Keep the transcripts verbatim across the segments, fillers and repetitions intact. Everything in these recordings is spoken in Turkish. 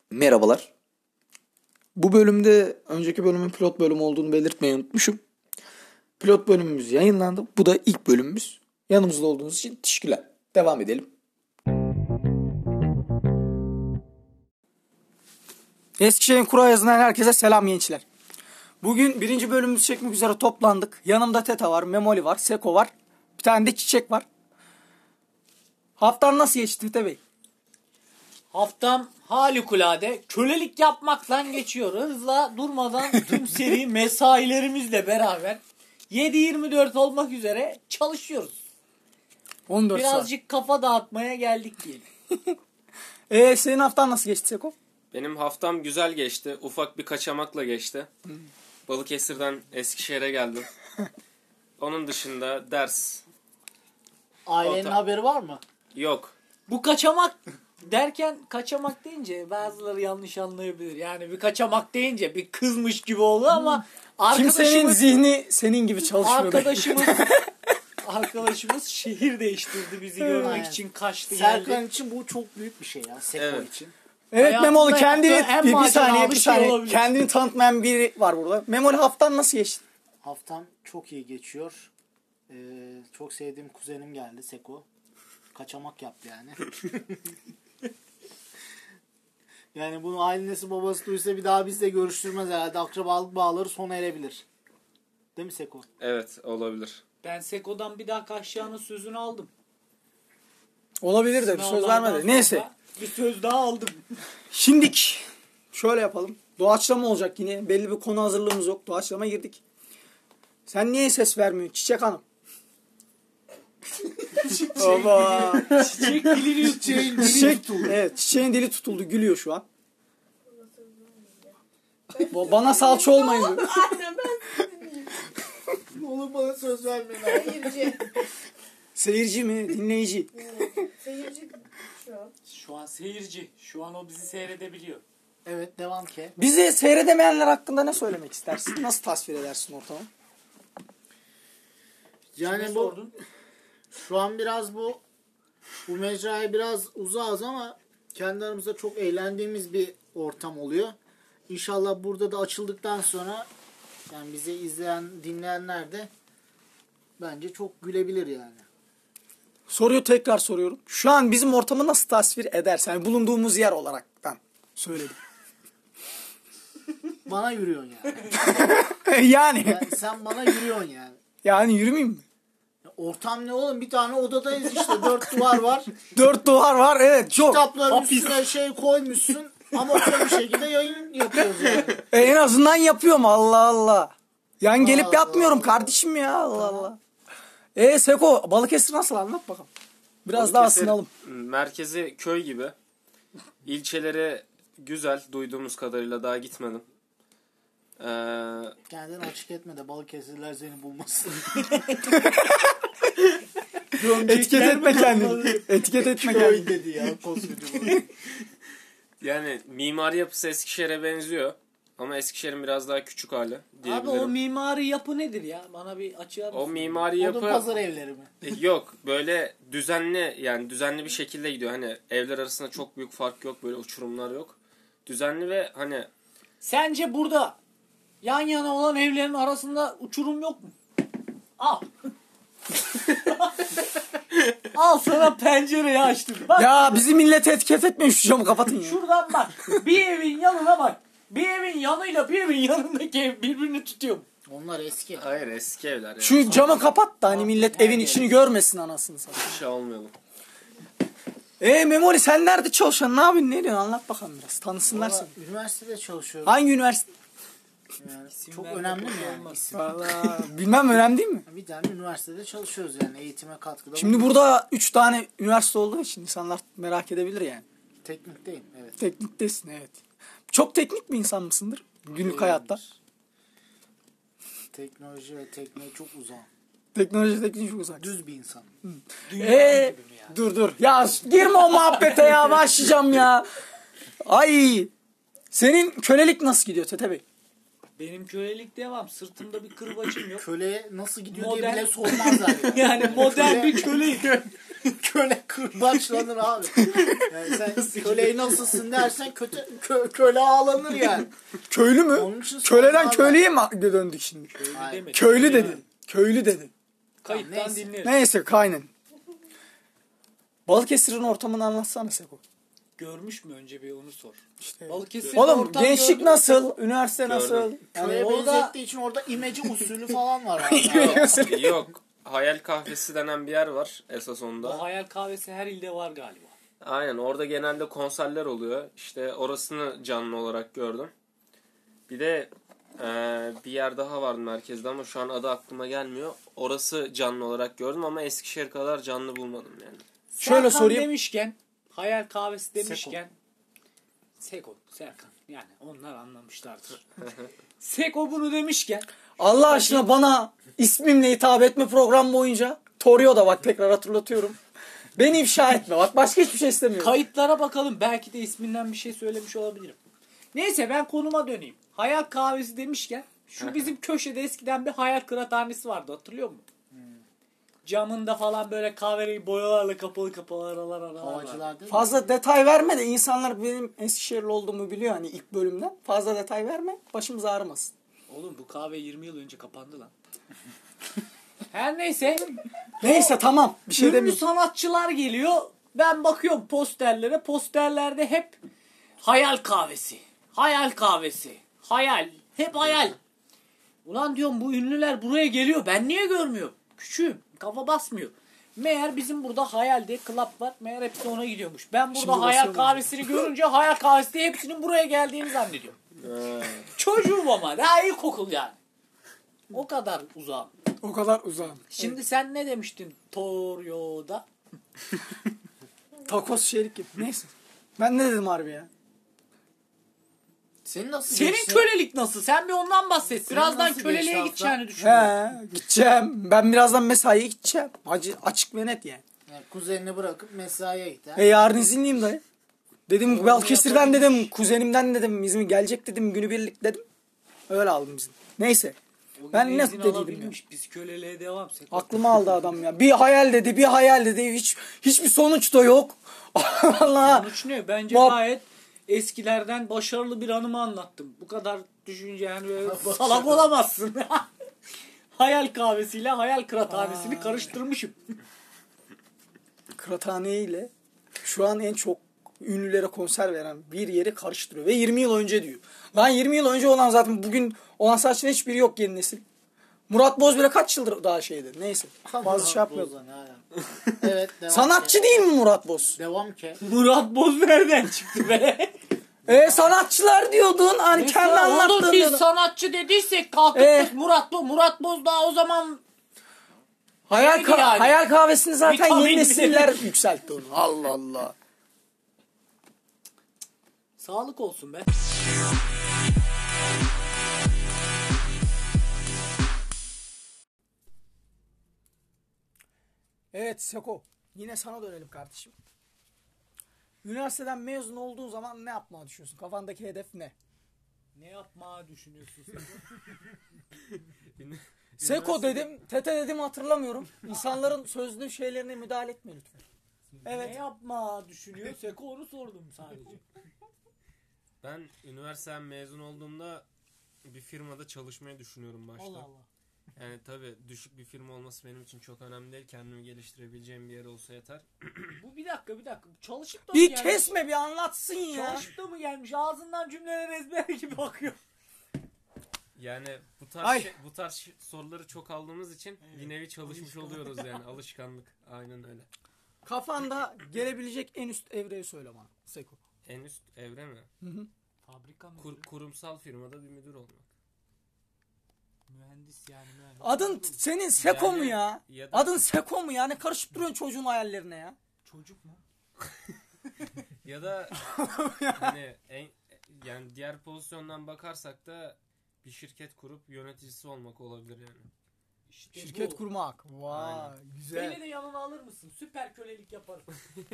Merhabalar. Bu bölümde önceki bölümün pilot bölüm olduğunu belirtmeyi unutmuşum. Pilot bölümümüz yayınlandı. Bu da ilk bölümümüz. Yanımızda olduğunuz için teşekkürler. Devam edelim. Eskişehir'in kura yazından herkese selam gençler. Bugün birinci bölümümüzü çekmek üzere toplandık. Yanımda Teta var, Memoli var, Seko var. Bir tane de Çiçek var. Haftan nasıl geçti Teta Bey? Haftam harikulade kölelik yapmakla geçiyor. Hızla durmadan tüm seri mesailerimizle beraber yedi yirmi dört olmak üzere çalışıyoruz. on dört Birazcık saat. kafa dağıtmaya geldik diyelim. Eee senin haftan nasıl geçti Seko? Benim haftam güzel geçti. Ufak bir kaçamakla geçti. Hmm. Balıkesir'den Eskişehir'e geldim. Onun dışında ders Ailenin Ota- haberi var mı? yok. Bu kaçamak derken kaçamak deyince bazıları yanlış anlayabilir. Yani bir kaçamak deyince bir kızmış gibi oldu ama Kimsenin arkadaşımız zihni senin gibi çalışmıyor. arkadaşımız arkadaşımız şehir değiştirdi, bizi görmek Aynen. için kaçtı Serkan geldi. için bu çok büyük bir şey ya. Seko Evet. için. Evet Hayatında Memoli kendini yaptığı en bir, bir maceralı saniye bir şey saniye olabilir. kendini tanıtmayan biri var burada. Memoli haftan nasıl geçti? Haftam çok iyi geçiyor. Ee, çok sevdiğim kuzenim geldi Seko. Kaçamak yaptı yani. Yani bunu ailesi babası duysa bir daha bizle görüştürmez herhalde. Akrabalık bağları sona erebilir. Değil mi Seko? Evet, olabilir. Ben Seko'dan bir daha kaçacağının sözünü aldım. Olabilir de bir söz Sınavlardan vermedi. sonra Neyse. bir söz daha aldım. Şimdik şöyle yapalım. Doğaçlama olacak yine. Belli bir konu hazırlığımız yok. Doğaçlama girdik. Sen niye ses vermiyorsun Çiçek Hanım? Baba. Çiçek dilini Çiçeğin Çiçek, evet, çiçeğin dili tutuldu. Gülüyor şu an. Ba- Bana salça olmayın diyor. Anne ben sizi dinleyeyim. Oğlum bana söz vermeyin. Seyirci. Seyirci mi? Dinleyici. Seyirci şu an. Şu an seyirci. Şu an o bizi seyredebiliyor. Evet, devam ki. Bizi seyredemeyenler hakkında ne söylemek istersin? Nasıl tasvir edersin ortamı? Yani Kime bu sordun? şu an biraz bu bu mecraya biraz uzağız ama kendi aramızda çok eğlendiğimiz bir ortam oluyor. İnşallah burada da açıldıktan sonra yani bizi izleyen, dinleyenler de bence çok gülebilir yani. Soruyu tekrar soruyorum. Şu an bizim ortamı nasıl tasvir edersen, yani bulunduğumuz yer olaraktan söyledim. Bana yürüyorsun yani. yani. yani sen bana yürüyorsun yani. Yani yürümeyeyim mi? Ya ortam ne oğlum? Bir tane odadayız işte. Dört duvar var. Dört duvar var, evet, çok. Kitapların Hapis. üstüne şey koymuşsun. Amatör bir şekilde yayın yapıyoruz yani. E, en azından yapıyorum, Allah Allah. Yan gelip Allah yapmıyorum Allah. kardeşim ya, Allah Allah. E Seko, Balıkesir nasıl, anlat bakalım. Biraz daha Balıkesir ısınalım. Merkezi köy gibi. İlçeleri güzel, duyduğumuz kadarıyla daha gitmedim. Ee, Kendini açık etme de Balıkesirliler seni bulmasın. Etiket etme kendini. Etiket etme Köy kendini. dedi ya koskoca. yani mimari yapısı Eskişehir'e benziyor. Ama Eskişehir'in biraz daha küçük hali Abi diyebilirim. o mimari yapı nedir ya? Bana bir açığa O mısın? mimari Odun yapı pazar evleri mi? yok, böyle düzenli, yani düzenli bir şekilde gidiyor. Hani evler arasında çok büyük fark yok, böyle uçurumlar yok. Düzenli ve hani Sence burada yan yana olan evlerin arasında uçurum yok mu? Al. Al sana pencereyi açtım. Bak Ya bizi millete etiket etmeyin, şu camı kapatın ya. şuradan bak. Bir evin yanına bak. Bir evin yanıyla bir evin yanındaki ev birbirini tutuyor mu? Onlar eski. hayır, eski evler yani. Şu camı kapat da hani millet evin içini görmesin, anasını satayım. Bir şey olmayalım. E Memoli, sen nerede çalışıyorsun? Ne yapıyorsun? Ne diyorsun? Anlat bakalım biraz. Tanısınlar Valla seni. üniversitede çalışıyorum. Hangi üniversite? Yani İsim çok vermek önemli mi hoş yani? olmaz. İsim. Valla bilmem, önemli değil mi? Bir tane üniversitede çalışıyoruz yani eğitime katkıda. Şimdi bulunuyoruz. burada üç tane üniversite olduğu için insanlar merak edebilir yani. Teknikteyim, evet. Tekniktesin, evet. Çok teknik bir insan mısındır günlük hayatta? Teknoloji ve tekniğe çok uzak. Teknoloji teknik çok uzak. Düz bir insan. Eee dur dur. Ya girme o muhabbete ya, başlayacağım ya. Ay. Senin kölelik nasıl gidiyor Tete Bey? Benim kölelik devam. Sırtımda bir kırbacım yok. Köleye nasıl gidiyor Modern- diye bile sormazlar ya. Yani modern bir köleyim. Köle kırbaçlanır abi. Yani sen köleyi nasılsın dersen kötü, kö, köle ağlanır yani. Köylü mü? Onun için Köleden sormazlar. köylüye mi döndük şimdi? Hayır. Demedim. Köylü dedi. Köylü dedi. Kayıttan Neyse. dinlerim. Neyse kaynen. Balıkesir'in ortamını anlatsana Seko. Görmüş mü önce bir onu sor. İşte. Balıkesir Oğlum ortam gençlik gördün mü? nasıl? Üniversite Gördüm. nasıl? Köye Yani orada benzettiği için orada imece usulü falan var abi. Yok. Hayal kahvesi denen bir yer var esas O onda. hayal kahvesi her ilde var galiba. Aynen orada genelde konserler oluyor. İşte orasını canlı olarak gördüm. Bir de eee, bir yer daha vardı merkezde ama şu an adı aklıma gelmiyor. Orası canlı olarak gördüm ama Eskişehir kadar canlı bulmadım yani. Şöyle Serkan sorayım. demişken, hayal kahvesi demişken Seko, Serkan yani onlar anlamışlardır. Seko bunu demişken Allah aşkına bana ismimle hitap etme program boyunca. Torio da bak tekrar hatırlatıyorum. Beni ifşa etme. Bak başka hiçbir şey istemiyorum. kayıtlara bakalım. Belki de isminden bir şey söylemiş olabilirim. Neyse ben konuma döneyim. Hayal kahvesi demişken şu bizim köşede eskiden bir hayal kıraathanesi vardı. Hatırlıyor musun? Camında falan böyle kahverengi boyalarla kapalı kapalı aralar aralar var. Havacılar değil mi? Fazla detay verme de insanlar benim Eskişehirli olduğumu biliyor hani ilk bölümden. Fazla detay verme. Başımız ağrımasın. Oğlum bu kahve yirmi yıl önce kapandı lan. Her neyse. Neyse tamam. Bir şey Ünlü demiyorum. sanatçılar geliyor. Ben bakıyorum posterlere. Posterlerde hep hayal kahvesi. Hayal kahvesi. Hayal. Hep hayal. Ulan diyorum bu ünlüler buraya geliyor. Ben niye görmüyorum? Küçüğüm. Kafa basmıyor. Meğer bizim burada hayal diye club var. Meğer hepsi ona gidiyormuş. Ben burada Şimdi hayal basıyorum. kahvesini görünce hayal kahvesi diye hepsinin buraya geldiğini zannediyorum. Ha. Çocuğum ama. Daha ilkokul yani. O kadar uzağım. O kadar uzağım. Şimdi sen ne demiştin Torio'da? Takos şerik gibi. Neyse. Ben ne dedim harbi ya? Senin nasıl Senin geçti? kölelik nasıl? Sen bir ondan bahset. Senin Birazdan nasıl köleliğe geçti gideceğini düşünüyorum. He, gideceğim. Ben birazdan mesaiye gideceğim. Acı, açık ve net yani. Yani kuzenini bırakıp mesaiye git. ha? E yarın izinliyim dayı. Dedim Onu Balıkesir'den yapabilmiş. dedim, kuzenimden dedim, İzmir gelecek dedim, günübirlik dedim. Öyle aldım izin. Neyse. O Ben gün ne izin dediydim alabilmiş. Biz köleliğe devam. Seko. Aklımı aldı adam ya. Bir hayal dedi, bir hayal dedi. Hiç hiçbir sonuç da yok. Allah. Sonuç ne? Bence Muhab- gayet eskilerden başarılı bir anımı anlattım. Bu kadar düşünce yani böyle salak olamazsın. Hayal kahvesiyle hayal kıraathanesini karıştırmışım. Kıraathane ile şu an en çok ünlülere konser veren bir yeri karıştırıyor. Ve yirmi yıl önce diyor. Lan yirmi yıl önce olan zaten bugün olan sanatçının hiçbiri yok yeni nesil. Murat Boz bile kaç yıldır daha şeydi. Neyse. Fazla şey yapmıyoruz. Bozan, hala. Evet devam Sanatçı ke. değil mi Murat Boz? Devam ke. Murat Boz nereden çıktı be? E sanatçılar diyordun. Hani kendi Mesela oğlum anlattığın biz diyordun. sanatçı dediysek kalkıp Ee? biz Murat Boz, Murat Boz daha o zaman Hayal, neydi ka- yani? hayal kahvesini zaten Vitamin yeni mi? nesiller yükseltti onu. Allah Allah. sağlık olsun be. Evet Seko. Yine sana dönelim kardeşim. Üniversiteden mezun olduğun zaman ne yapmayı düşünüyorsun? Kafandaki hedef ne? Ne yapmayı düşünüyorsun sen? Seko dedim, Tete dedim hatırlamıyorum. İnsanların sözlü şeylerine müdahale etme lütfen. Ne Evet. yapmayı düşünüyor? Seko onu sordum sadece. Ben üniversiteden mezun olduğumda bir firmada çalışmayı düşünüyorum başta. Allah Allah. Yani tabii düşük bir firma olması benim için çok önemli değil. Kendimi geliştirebileceğim bir yer olsa yeter. Bu bir dakika bir dakika. Çalışıp da mı Bir gelmiş? kesme bir anlatsın ya. Çalışıp da mı gelmiş? Ağzından cümleler ezber gibi akıyor. Yani bu tarz Ay. şey- bu tarz şey- soruları çok aldığımız için bir nevi çalışmış oluyoruz yani alışkanlık. Aynen öyle. Kafanda gelebilecek en üst evreyi söyle bana Seko. En üst evre mi? Fabrika mı? Kur- kurumsal firmada bir müdür olmak. Mühendis yani mühendis. Adın t- senin Seko Yani mu ya? ya da- Adın Seko mu ya? Ne karışıp duruyorsun çocuğun hayallerine ya? Çocuk mu? Ya da hani en, yani diğer pozisyondan bakarsak da bir şirket kurup yöneticisi olmak olabilir yani. İşte Şirket bu. kurmak. Vay güzel. Beni de yanına alır mısın? Süper kölelik yaparım.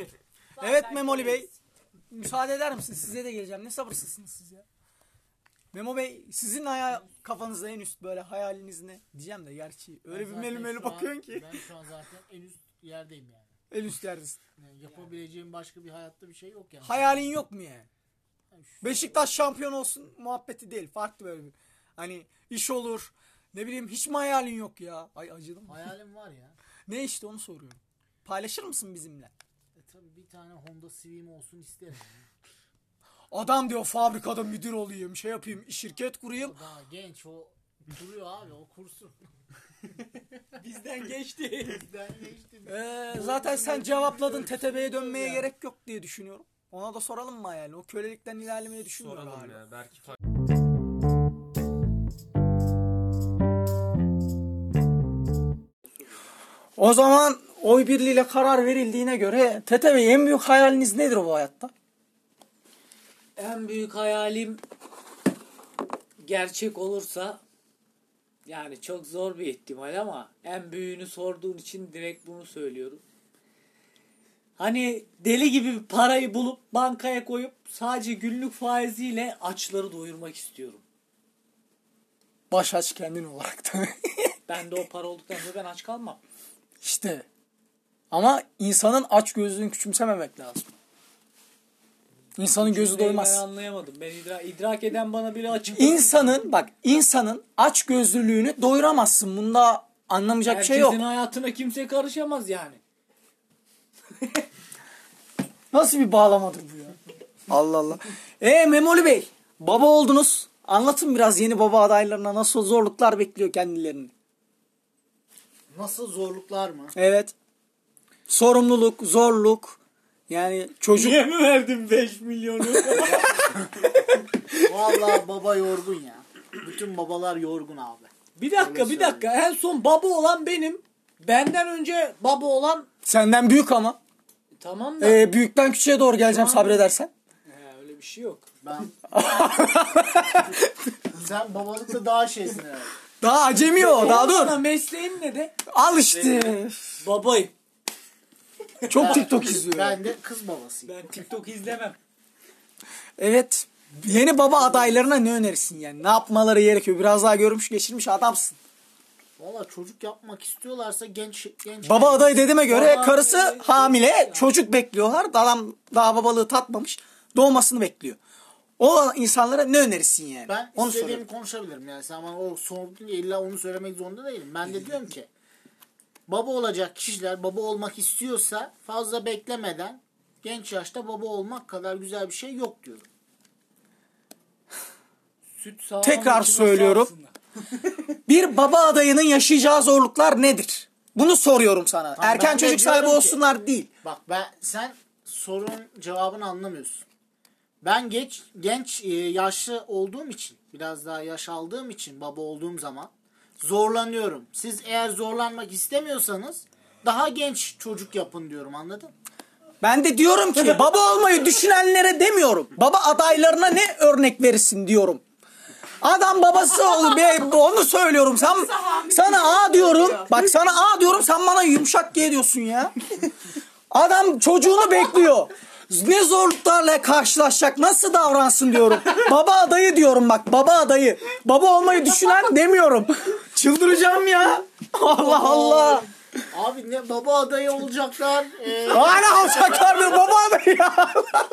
Evet Zaten Memoli Bey. köleyiz. Müsaade eder misiniz? Size de geleceğim. Ne sabırsızsınız siz ya. Memo Bey sizin hayal kafanızda en üst böyle hayaliniz ne? Diyeceğim de gerçi öyle Ben bir zaten meli meli şu an- bakıyorsun ki. Ben şu an zaten en üst yerdeyim yani. En üst yerdesin. Yani yapabileceğim başka bir hayatta bir şey yok yani. Hayalin yok mu yani? Yani şu- Beşiktaş şampiyon olsun muhabbeti değil. Farklı böyle bir. Hani iş olur. Ne bileyim hiç mi hayalin yok ya? Ay acıdım. Hayalim var ya. Ne işte onu soruyorum. Paylaşır mısın bizimle? E tabii bir tane Honda Civic'im olsun isterim. Yani. Adam diyor fabrikada müdür olayım, şey yapayım, şirket kurayım. O daha genç, o kuruyor abi, o kursun. Bizden geçti. Bizden geçti. Ee, zaten sen cevapladın. T T B'ye dönmeye gerek yok diye düşünüyorum. Ona da soralım mı yani? O kölelikten ilerlemeyi düşünmüyor Soralım galiba. ya. Belki fa- O zaman oy birliğiyle karar verildiğine göre T T Bey en büyük hayaliniz nedir bu hayatta? En büyük hayalim gerçek olursa, yani çok zor bir ihtimal ama en büyüğünü sorduğun için direkt bunu söylüyorum. Hani deli gibi bir parayı bulup bankaya koyup sadece günlük faiziyle açları doyurmak istiyorum. Baş aç kendin olarak da. Ben de o para olduktan sonra ben aç kalmam. İşte. Ama insanın aç gözlüğünü küçümsememek lazım. İnsanın gözü Cümleyi doymaz. Ben anlayamadım. Ben idrak, idrak eden bana biri açık. İnsanın bak insanın aç gözlülüğünü doyuramazsın. Bunda anlamayacak bir şey yok. Herkesin hayatına kimse karışamaz yani. Nasıl bir bağlamadır bu ya? Allah Allah. Eee Memoli Bey, baba oldunuz. Anlatın biraz yeni baba adaylarına nasıl zorluklar bekliyor kendilerini. Nasıl zorluklar mı? Evet. Sorumluluk, zorluk. Yani çocuk... Niye mi verdin beş milyonu? Vallahi baba yorgun ya. Bütün babalar yorgun abi. Bir dakika Öyle bir dakika. En son baba olan benim. Benden önce baba olan Senden büyük ama. tamam da. Ee, büyükten küçüğe doğru geleceğim Tamam. sabredersen. He, öyle bir şey yok. Ben... Sen babalıkta daha şeysin herhalde. Daha acemi o. Daha dur. Sana mesleğin ne de? Al işte. Babayım. Çok TikTok izliyor. Ben de kız babasıyım. Ben TikTok izlemem. Evet. Yeni baba adaylarına ne önerirsin yani? Ne yapmaları gerekiyor? Biraz daha görmüş geçirmiş adamsın. Valla çocuk yapmak istiyorlarsa genç genç. Baba adayı dediğime göre Baba karısı adayı- hamile, çocuk bekliyorlar. Adam daha babalığı tatmamış, doğmasını bekliyor. O insanlara ne önerirsin yani? Ben Onu istediğimi soruyorum. konuşabilirim yani. Sen bana o sordun ya, illa onu söylemek zorunda değilim. Ben de diyorum ki baba olacak kişiler baba olmak istiyorsa fazla beklemeden genç yaşta baba olmak kadar güzel bir şey yok diyorum. Süt sağlam Tekrar içine söylüyorum. sağsınlar. Bir baba adayının yaşayacağı zorluklar nedir? Bunu soruyorum sana. Tamam, Erken ben de çocuk sahibi diyorum ki- olsunlar değil. Bak ben sen sorun cevabını anlamıyorsun. Ben geç genç e, yaşlı olduğum için, biraz daha yaş aldığım için baba olduğum zaman zorlanıyorum. Siz eğer zorlanmak istemiyorsanız daha genç çocuk yapın diyorum, anladın? Ben de diyorum ki baba olmayı düşünenlere demiyorum. Baba adaylarına ne örnek verirsin diyorum. Adam babası ol, be, onu söylüyorum. Sen sana A diyorum. Bak sana A diyorum, sen bana yumuşak G diyorsun ya. Adam çocuğunu bekliyor. Ne zorluklarla karşılaşacak, nasıl davransın diyorum. Baba adayı diyorum bak, baba adayı. Baba olmayı düşünen demiyorum. Çıldıracağım ya. Allah Allah. Abi ne baba adayı olacaklar. e, Hala alacaklar bir baba adayı ya.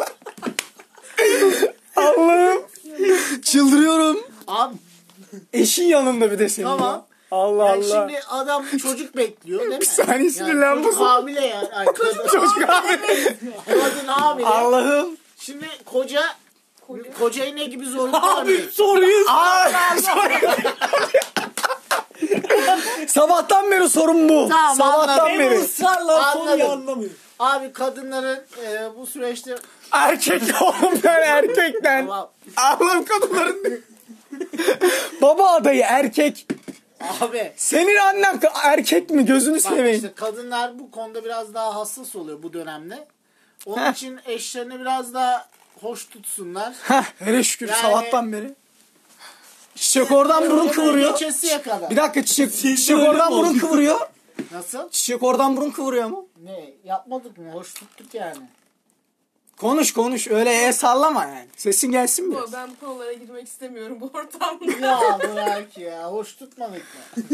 Allah'ım. Çıldırıyorum. abi Eşin yanında bir de senin. Tamam. ya. Allah yani Allah. şimdi adam çocuk bekliyor değil mi? Bir saniye sinirlendim. Çocuk hamile yani. Ay, kadın, Çocuk abi. kadın hamile. Allah'ım. Şimdi koca kocayı ne gibi zorluklar Abi bekliyor? soruyu Ay, Sabahtan beri sorun bu. Tamam, Sabahtan anladım. beri. ısrarla soruyu Anladım. anlamıyorum. Abi kadınların e, bu süreçte Erkek oğlum ben erkekten. Tamam. Allah'ım kadınların. Baba adayı erkek. abi Senin annen ka- erkek mi? Gözünü bak seveyim. işte kadınlar bu konuda biraz daha hassas oluyor bu dönemde. Onun için eşlerini biraz daha hoş tutsunlar. Heh, hele şükür Yani- sabahtan beri. Çiçek oradan burun kıvırıyor. Geçesiye kadar. Bir dakika çiçek, çiçek oradan burun kıvırıyor. Nasıl? Çiçek oradan burun kıvırıyor mu? Ne? Yapmadık mı? Hoş tuttuk yani. Konuş konuş. Öyle el sallama yani. Sesin gelsin mi? Bu, ben bu konulara girmek istemiyorum bu ortamda. Ya bırak ya. Hoş tutmadık mı?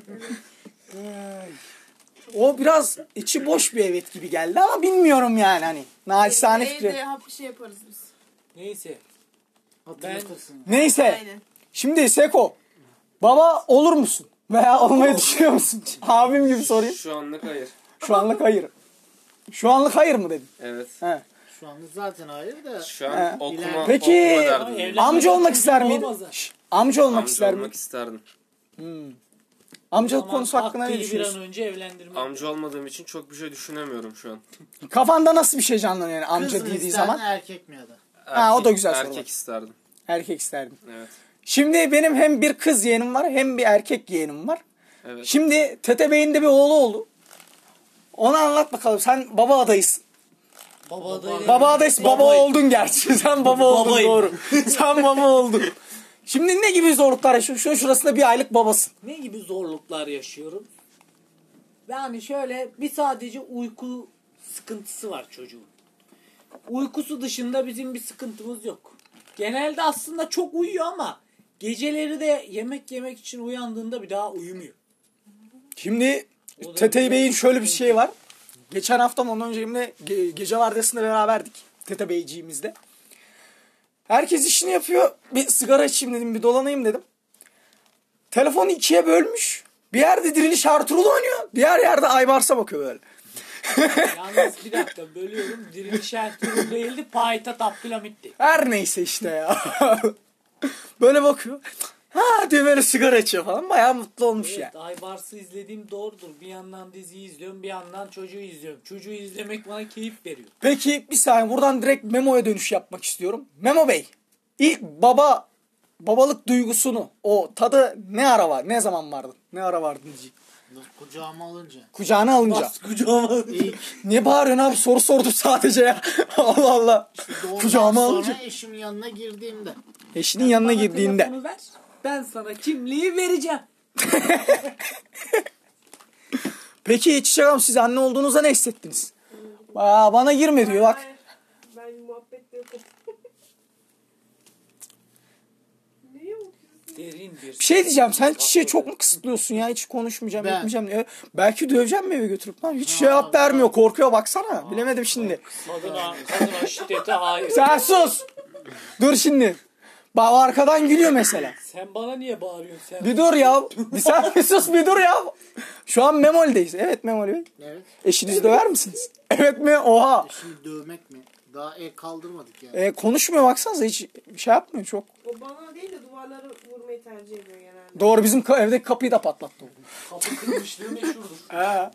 O biraz içi boş bir evet gibi geldi ama bilmiyorum yani hani. Naçizane fikri. Evde hap bir şey yaparız biz. Neyse. Hatırlatırsın. Neyse. Aynen. Şimdi Seko. Baba olur musun? Veya olmayı düşünüyor musun? Abim gibi sorayım. Şu anlık hayır. Şu anlık hayır. Şu anlık hayır mı dedin? Evet. He. Şu anda zaten hayır da. Şu an He. okuma, Peki, okuma derdindeyim. evlenmek Amca olmak çocuğum ister miydin? olmaz da. Şş, Amca olmak Amca ister olmak miydin? isterdim. Amcalık Zaman konusu hakkında ne vaktiyle bir düşünüyorsun? an önce evlendirmek. Amca olmadığım için çok bir şey düşünemiyorum şu an. Kafanda nasıl bir şey canlanıyor yani amca Kız mı dediği isterdin, zaman? erkek mi ya da? Ha, o da güzel soru Erkek bak. isterdim. Erkek isterdim. Evet. Şimdi benim hem bir kız yeğenim var hem bir erkek yeğenim var. Evet. Şimdi Tete Bey'in de bir oğlu oldu. Onu anlat bakalım. Sen baba adayısın. Baba adayı. Baba adayısın. Baba Babayım. oldun gerçi. Sen baba oldun Babayım. doğru. Sen baba oldun. Şimdi ne gibi zorluklar yaşıyorsun? Şu şurasında bir aylık babasın. Ne gibi zorluklar yaşıyorum? Yani şöyle bir sadece uyku sıkıntısı var çocuğun. Uykusu dışında bizim bir sıkıntımız yok. Genelde aslında çok uyuyor ama geceleri de yemek yemek için uyandığında bir daha uyumuyor. Şimdi O da Tete güzel. Bey'in şöyle bir şey var. Geçen hafta mı ondan önce yine ge- gece vardiyasında beraberdik. Tete Beyciğimizde. Herkes işini yapıyor. Bir sigara içeyim dedim. Bir dolanayım dedim. Telefonu ikiye bölmüş. Bir yerde Diriliş Ertuğrul oynuyor. Diğer yerde Aybars'a bakıyor böyle. Yalnız bir dakika bölüyorum. Diriliş Ertuğrul değildi. Payitaht Abdülhamit'ti. Her neyse işte ya. Böyle bakıyor. Ha diyor böyle sigara içiyor falan. Bayağı mutlu olmuş Evet, yani. Aybars'ı izlediğim doğrudur. Bir yandan diziyi izliyorum, bir yandan çocuğu izliyorum. Çocuğu izlemek bana keyif veriyor. Peki bir saniye buradan direkt Memo'ya dönüş yapmak istiyorum. Memo Bey, ilk baba babalık duygusunu, o tadı ne ara var, ne zaman vardı, ne ara vardı diyecek. Kucağıma alınca. Kucağına alınca. Bas kucağıma. İlk Niye bağırıyorsun abi? Soru sordum sadece ya. Allah Allah. doğumdan Kucağıma sonra alınca. eşimin yanına girdiğimde. Eşinin yanına Bana girdiğinde. telefonu ver. Ben sana kimliği vereceğim. Peki Çiçek Hanım siz anne olduğunuzda ne hissettiniz? Aa, bana girme diyor bak. Hayır, ben muhabbette yokum. Neye bakıyorsun? Derin bir. Bir şey diyeceğim sen Çiçek'i çok mu kısıtlıyorsun ya? Hiç konuşmayacağım, Ben- etmeyeceğim. diye. Belki döveceğim mi eve götürüp lan? Hiç Ha, cevap ben- vermiyor, korkuyor baksana. Bilemedim şimdi. Kadına, kadına şiddete hayır. Sen sus. Dur şimdi. Bak o arkadan gülüyor mesela. Sen bana niye bağırıyorsun sen? Bir dur ya. Bir sen bir sus bir dur ya. Şu an Memoli'deyiz. Evet Memoli Bey. Evet. Eşinizi döver misiniz? Evet mi? Oha. Şimdi dövmek mi? Daha el kaldırmadık yani. E, konuşmuyor baksanıza hiç şey yapmıyor çok. O bana değil de duvarlara vurmayı tercih ediyor genelde. Doğru bizim ka- evdeki kapıyı da patlattı. o. Kapı kırmışlığı meşhurdur. He.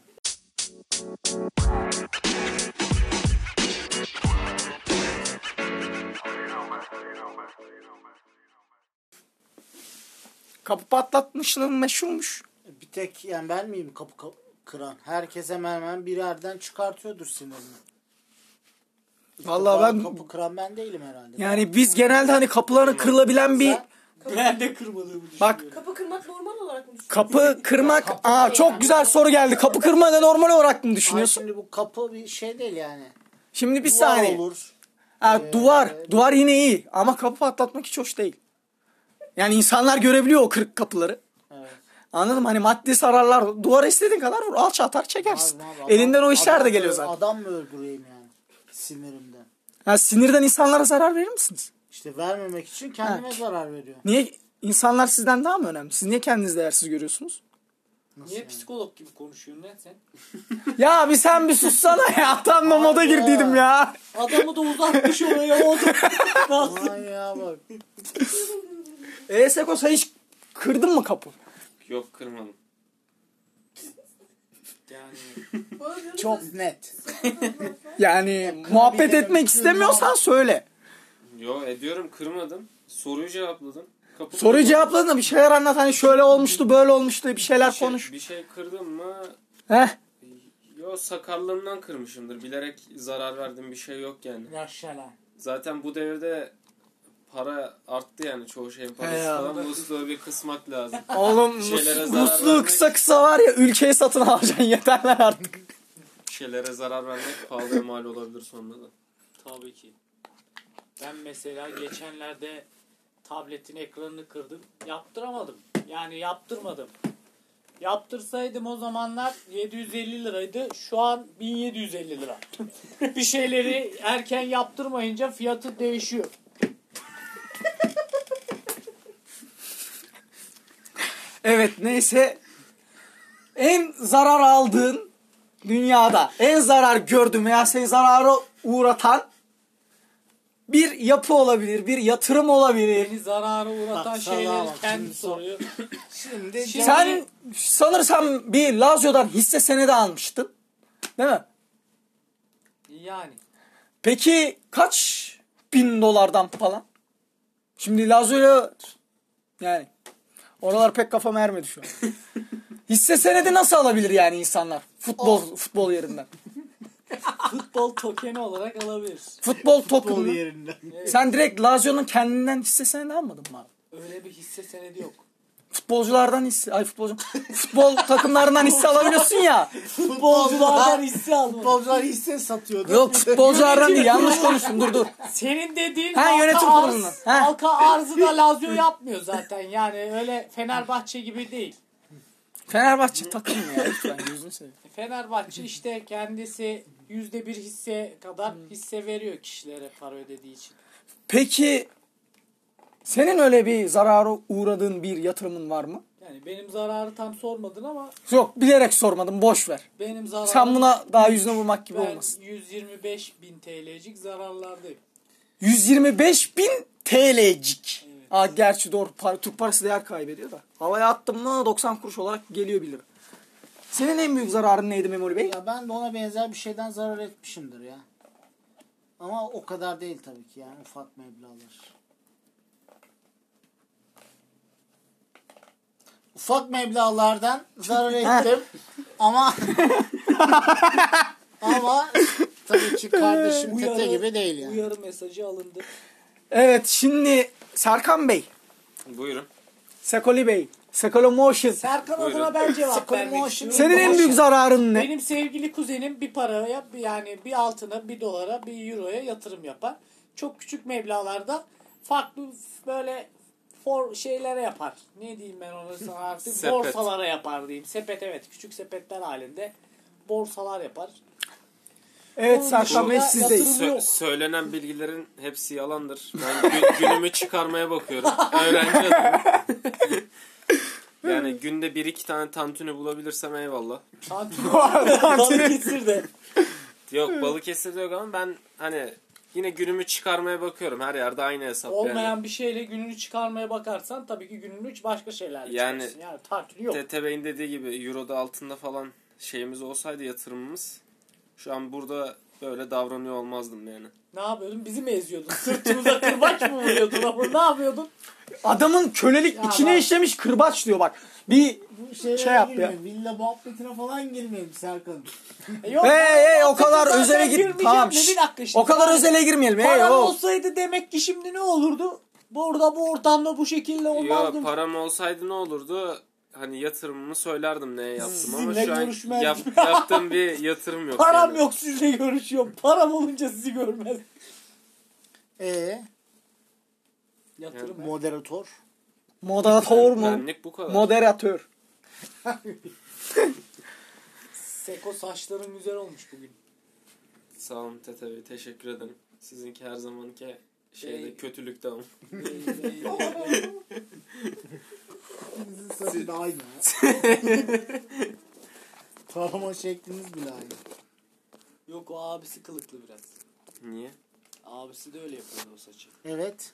Kapı patlatmışlığın meşhurmuş. Bir tek yani ben miyim kapı ka- kıran? Herkes hemen hemen birerden çıkartıyordur sinirini. Vallahi ben Kapı kıran ben değilim herhalde. yani biz genelde hani kapıların kırılabilen bir Sen- Ben de kırmadığımı düşünüyorum. bak Kapı kırmak normal olarak mı düşünüyorsun? kapı kırmak aa çok güzel soru geldi. Kapı kırmayı normal olarak mı Ay düşünüyorsun? şimdi bu kapı bir şey değil yani. Şimdi bir Duvar saniye. olur. Ha, Ee, duvar. Duvar yine iyi ama kapı patlatmak hiç hoş değil. Yani insanlar görebiliyor o kırık kapıları. Evet. Anladın mı? Hani maddi zararlar. Duvara istediğin kadar vur. Alça atar çekersin. Abi, abi, Elinden adam- o işler de adam geliyor mı- zaten. Adam mı öldüreyim yani? Sinirimden. Ha, sinirden insanlara zarar verir misiniz? İşte vermemek için kendime zarar veriyor. Niye? İnsanlar sizden daha mı önemli? Siz niye kendinizi değersiz görüyorsunuz? Nasıl Niye yani? psikolog gibi konuşuyorsun lan sen? Ya bir sen bir sussana ya. Tam da moda Abi ya. girdiydim ya. Adamı da uzatmış oraya o da. Nasıl? Aman ya bak. E Seko sen hiç kırdın mı kapı? Yok kırmadım. Yani Bana diyorsun Çok ki, net. Yani muhabbet kırabilirim, etmek istemiyorsan söyle. Yo ediyorum kırmadım. Soruyu cevapladım. Kapı Soruyu cevapladın da bir şeyler anlat. Hani şöyle olmuştu böyle olmuştu bir şeyler bir şey, konuş. Bir şey kırdım mı? Heh. Yo sakarlığımdan kırmışımdır. Bilerek zarar verdiğim bir şey yok yani. yaşala. Zaten bu devirde para arttı yani çoğu şeyin parası He ya. falan. Musluğu bir kısmak lazım. Oğlum Bir şeylere mus- zarar musluğu vermek- kısa kısa var ya ülkeyi satın alacaksın yeterler artık. Bir şeylere zarar vermek pahalıya mal olabilir sonunda da. Tabii ki. Ben mesela geçenlerde tabletin ekranını kırdım. Yaptıramadım. Yani yaptırmadım. Yaptırsaydım o zamanlar yedi yüz elli liraydı. Şu an bin yedi yüz elli lira. Bir şeyleri erken yaptırmayınca fiyatı değişiyor. Evet neyse. En zarar aldığın dünyada en zarar gördüğün veya seni zarara uğratan bir yapı olabilir, bir yatırım olabilir. Beni zarara uğratan Bak, salağa şeyleri bak, kendi şimdi soruyor. Şimdi Şimdi- Sen sanırsam bir Lazio'dan hisse senedi almıştın. Değil mi? Yani. Peki kaç bin dolardan falan? Şimdi Lazio'ya yani oralar pek kafam ermedi şu an. Hisse senedi nasıl alabilir yani insanlar? Futbol futbol yerinden. Futbol tokeni olarak alabilir. Futbol futbol token'ı. yerinde. Sen direkt Lazio'nun kendinden hisse senedi almadın mı abi? Öyle bir hisse senedi yok. Futbolculardan hisse, ay futbolcu, futbol takımlarından hisse alabiliyorsun ya. Futbolculardan hisse almadım. Futbolcular hisse satıyordu. Yok futbolculardan değil, yanlış konuştum, dur dur. Senin dediğin Ha, halka yönetim arz, kurulundan. Ha. halka arzı da Lazio yapmıyor zaten. Yani öyle Fenerbahçe gibi değil. Fenerbahçe takım mı ya? Lütfen gözünü seveyim. Fenerbahçe işte kendisi yüzde bir hisse kadar hisse veriyor kişilere para ödediği için. Peki senin öyle bir zarara uğradığın bir yatırımın var mı? Yani benim zararı tam sormadın ama Yok, bilerek sormadım, boş ver. benim zararım... Sen buna daha yüzüne vurmak gibi ben olmasın. yüz yirmi beş bin T L'cik zararlardayım. yüz yirmi beş bin T L'cik. Evet. Aa, gerçi doğru, para, Türk parası değer kaybediyor da. Havaya attım mı doksan kuruş olarak geliyor bir lira. Senin en büyük zararın neydi Memoli Bey? Ya ben de ona benzer bir şeyden zarar etmişimdir ya. Ama o kadar değil tabii ki yani ufak meblağlar. Ufak meblağlardan zarar ettim ama ama tabii ki kardeşim Tete gibi değil yani. Uyarı mesajı alındı. Evet, şimdi Serkan Bey, Buyurun. Sekoli Bey, Sekolo Motion. Serkan Buyurun. adına ben cevap Sakın vermek motion- istiyorum. Senin en büyük zararın ne? Benim sevgili kuzenim bir paraya bir- yani bir altına, bir dolara, bir euroya yatırım yapar. Çok küçük meblağlarda farklı böyle for şeylere yapar. Ne diyeyim ben ona sana artık? Sepet. Borsalara yapar diyeyim. Sepet, evet, küçük sepetler halinde borsalar yapar. Evet Onun Serkan Bey, dışında sizdeyiz. yatırım- Sö- yok. söylenen bilgilerin hepsi yalandır. Ben gü- günümü çıkarmaya bakıyorum. Öğrenci adamım. Yani günde bir iki tane tantuni bulabilirsem eyvallah. Tantuni Balıkesir'de. Yok, Balıkesir'de yok ama ben hani yine günümü çıkarmaya bakıyorum. Her yerde aynı hesap Olmayan yani. bir şeyle gününü çıkarmaya bakarsan tabii ki gününü başka şeylerle Yani- çıkarsın. Yani tantuni yok. Tete Bey'in dediği gibi Euro'da altında falan şeyimiz olsaydı, yatırımımız, şu an burada böyle davranıyor olmazdım yani. Ne yapıyordun? Bizi mi eziyordun? Sırtımıza kırbaç mı vuruyordun? Ama ne yapıyordun? Adamın kölelik Ya içine bak. işlemiş kırbaç diyor bak. Bir Bu şeylere Şey yap ya. girmeyin. Villa muhabbetine falan girmeyin Serkan. E yok, Hey ben hey, o muhabbete kadar zaten özele git. girmeyeceğim Tamam. de şşş. bir dakika şimdi. O kadar Yani özele girmeyelim. Hey Param o. olsaydı demek ki şimdi ne olurdu? Burada bu ortamda bu şekilde olmazdı. Yo, param olsaydı ne olurdu? Hani yatırımımı söylerdim neye yaptım ama Sizinle şu an görüşmezdim. yap, yaptığım bir yatırım yok. Param yani. yok, sizle görüşüyorum. Param olunca sizi görmez. Ee, Yatırım. moderatör. Moderatör mu? Benlik bu kadar. Moderatör. Seko, saçların güzel olmuş bugün. Sağ olun Tete Bey, teşekkür ederim. Sizinki her zamanki şeyde Ey. kötülükte ama. Sizin saçı da aynı. Tarama şekliniz bile aynı. Yok, o abisi kılıklı biraz. Niye? Abisi de öyle yapıyordu o saçı. Evet.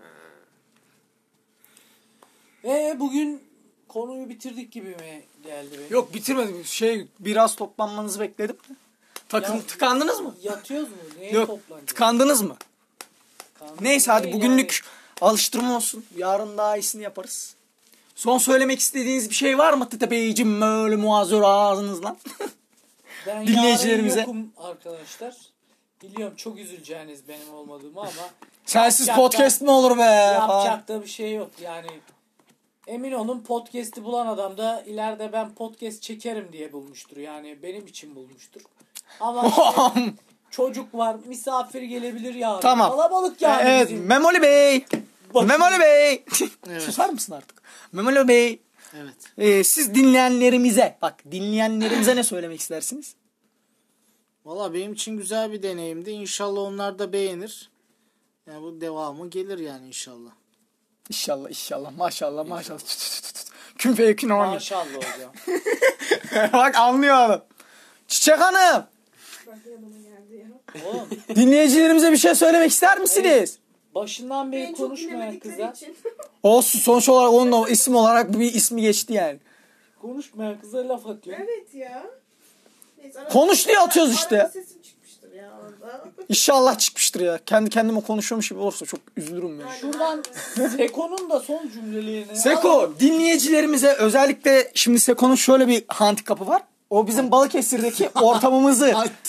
Ee bugün konuyu bitirdik gibi mi geldi benim? Yok bitirmedim. Şey, biraz toplanmanızı bekledim. Takım Ya- tıkandınız mı? Yatıyoruz mu? Neye Yok. toplanacağız? Tıkandınız mı? Kandı- Neyse hadi Ne bugünlük alıştırma olsun. Yarın daha iyisini yaparız. Son söylemek istediğiniz bir şey var mı Tete Beyciğim, böyle muazzur ağzınızla? Ben dinleyicilerimize- yarın yokum arkadaşlar. Biliyorum çok üzüleceğiniz benim olmadığımı ama Sensiz Yapacak podcast mi olur be? falan. yapacak da bir şey yok yani. Emin olun podcast'i bulan adam da ileride ben podcast çekerim diye bulmuştur. Yani benim için bulmuştur. Ama işte çocuk var, misafir gelebilir yarın. Tamam. Kalabalık yani Evet bizim. Memoli Bey. Bakın. Memoli Bey. Evet. Susar mısın artık? Memoli Bey. Evet. Ee, siz dinleyenlerimize bak dinleyenlerimize ne söylemek istersiniz? Valla benim için güzel bir deneyimdi. İnşallah onlar da beğenir. Yani bu devamı gelir yani inşallah. İnşallah inşallah maşallah maşallah. Tut, tut, tut, tut. Kün feyekün oynayın. Maşallah hocam. Bak anlıyor adam. Çiçek Hanım. Bak yanıma geldi ya. Oğlum Dinleyicilerimize bir şey söylemek ister misiniz? başından beri En çok konuşmayan dinlemedikleri kıza, için. Olsun sonuç olarak onun o isim olarak bir ismi geçti yani. konuşmayan kıza laf atıyor. Evet ya. Neyse, arada- Konuş diye atıyoruz işte. Arada sesim çıkmıştır ya orada. İnşallah çıkmıştır ya. Kendi kendime konuşuyormuş gibi olursa çok üzülürüm ya. Şuradan Seko'nun da son cümlelerini Seko dinleyicilerimize özellikle şimdi Seko'nun şöyle bir handikapı var. O bizim Balıkesir'deki ortamımızı.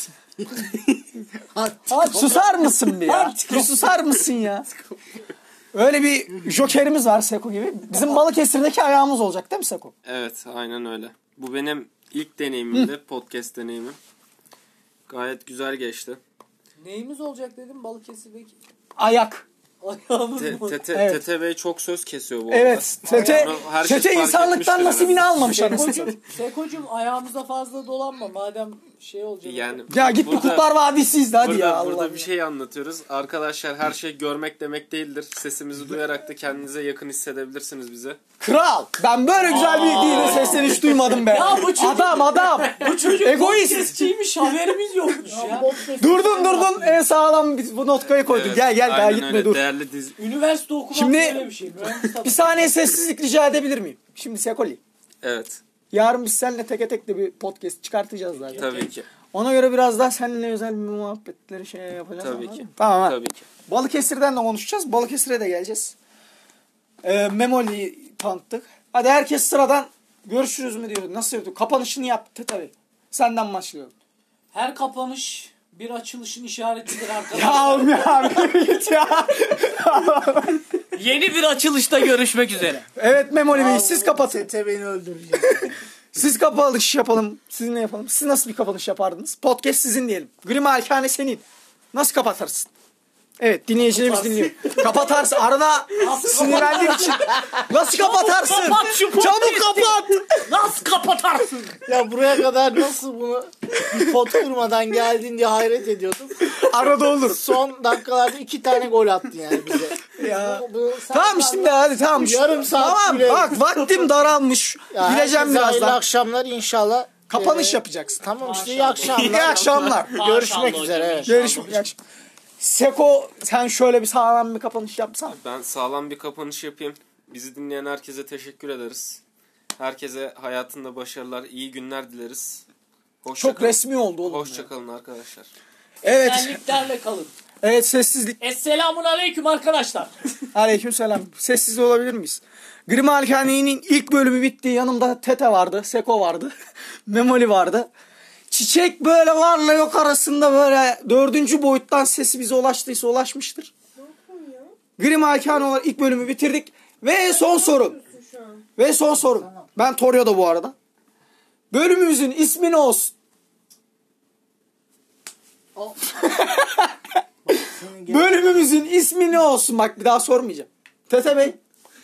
Susar mısın bir ya? Bir susar mısın ya? Öyle bir jokerimiz var Seko gibi. Bizim Balıkesir'deki ayağımız olacak değil mi Seko? Evet, aynen öyle. Bu benim ilk deneyimimdi, podcast deneyimim. Gayet güzel geçti. Neyimiz olacak dedim Balıkesir'deki. Ayak. Ayağımız Te- mı? Tete, Evet. Tete Bey çok söz kesiyor bu Evet. arada. Tete, Onu herkes tete fark insanlıktan etmiştir nasibini herhalde. almamış anasını Seko'cum, satayım. Seko'cum ayağımıza fazla dolanma madem şey olacak. Yani Ya git bir burada- Kurtlar Vadisi izle hadi Burada, ya. burada Allah bir şey anlatıyoruz. Arkadaşlar her şey görmek demek değildir. Sesimizi duyarak da kendinize yakın hissedebilirsiniz bize. Kral. Ben böyle güzel bir dinin sesini hiç duymadım be. Ya bu çocuk- Adam adam. Bu çocuk Egoist. podcastçiymiş haberimiz yokmuş ya. Durdun durdun en sağlam bir- bu notkayı koydun. Evet, gel gel daha aynen gitme öyle. dur. Değerli dizi... Üniversite okumak Şimdi- böyle bir şey. Mühendis Bir saniye sessizlik rica edebilir miyim? Şimdi Sekoli. Evet, Yarın biz seninle teke tek de bir podcast çıkartacağız zaten. tabii ki. Ona göre biraz daha seninle özel bir muhabbetleri şey yapacağız. Tabii anladın ki. mı? Tamam ha. Tabii ki. Balıkesir'den de konuşacağız. Balıkesir'e de geleceğiz. Ee, Memoli'yi tanıttık. Hadi herkes sıradan görüşürüz mü diyor. Nasıl yapıyor? Kapanışını yap tabii. Senden başlıyorum. Her kapanış bir açılışın işaretidir Ya arkadaşlar. oğlum ya. Git ya. Yeni bir açılışta görüşmek üzere. Evet Memoli Bey siz kapatın. Tete beni öldürecek. Siz kapanış yapalım. Sizinle yapalım. Siz nasıl bir kapanış yapardınız? Podcast sizin diyelim. Gri Alkane senin. Nasıl kapatırsın? Evet dinleyicilerimiz dinliyor. Kapatarsın. Arada sinirlendiğin için. Nasıl kapatarsın? kapat şu podcast'i. Çabuk kapat. Nasıl kapatarsın? Ya buraya kadar nasıl bunu bir pot kırmadan geldin diye hayret ediyordum. Arada olur. Son dakikalarda iki tane gol attın yani bize. Ya. Bu- bu- sen Tamam sen- şimdi hadi tamam. Yarım saat Tamam bile- bak vaktim daralmış. Ya Gideceğim herkese hayırlı birazdan. akşamlar inşallah. Kapanış Ee, yapacaksın. Tamam işte iyi Maşallah. akşamlar. İyi akşamlar. Görüşmek Maşallah üzere. hocam, Evet. Görüşmek üzere. Seko sen şöyle bir sağlam bir kapanış yapsan. Ben sağlam bir kapanış yapayım. Bizi dinleyen herkese teşekkür ederiz. Herkese hayatında başarılar, iyi günler dileriz. Hoşça Çok kalın. resmi oldu oğlum. ya. Hoşçakalın arkadaşlar. Evet. Senliklerle kalın. Evet sessizlik. Esselamun aleyküm arkadaşlar. Aleykümselam. Sessiz olabilir miyiz? Gri Malikane'nin ilk bölümü bitti. Yanımda Tete vardı, Seko vardı, Memoli vardı. Çiçek böyle varla yok arasında böyle dördüncü boyuttan sesi bize ulaştıysa ulaşmıştır. Gri Malikane olarak ilk bölümü bitirdik. Ve son sorum. Şu an. Ve son sorum. Ben Torio'da bu arada. Bölümümüzün ismi ne olsun? Bölümümüzün ismi ne olsun? Bak bir daha sormayacağım. Tete Bey.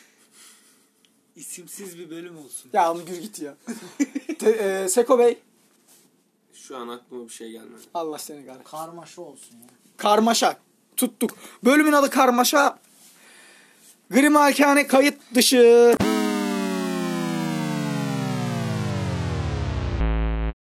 İsimsiz bir bölüm olsun. Ya onu gür git ya. Te, e, Seko Bey. Şu an aklıma bir şey gelmedi. Allah seni kahretsin. Karmaşa olsun ya. Karmaşa. Tuttuk. Bölümün adı Karmaşa. Gri Malikane kayıt dışı.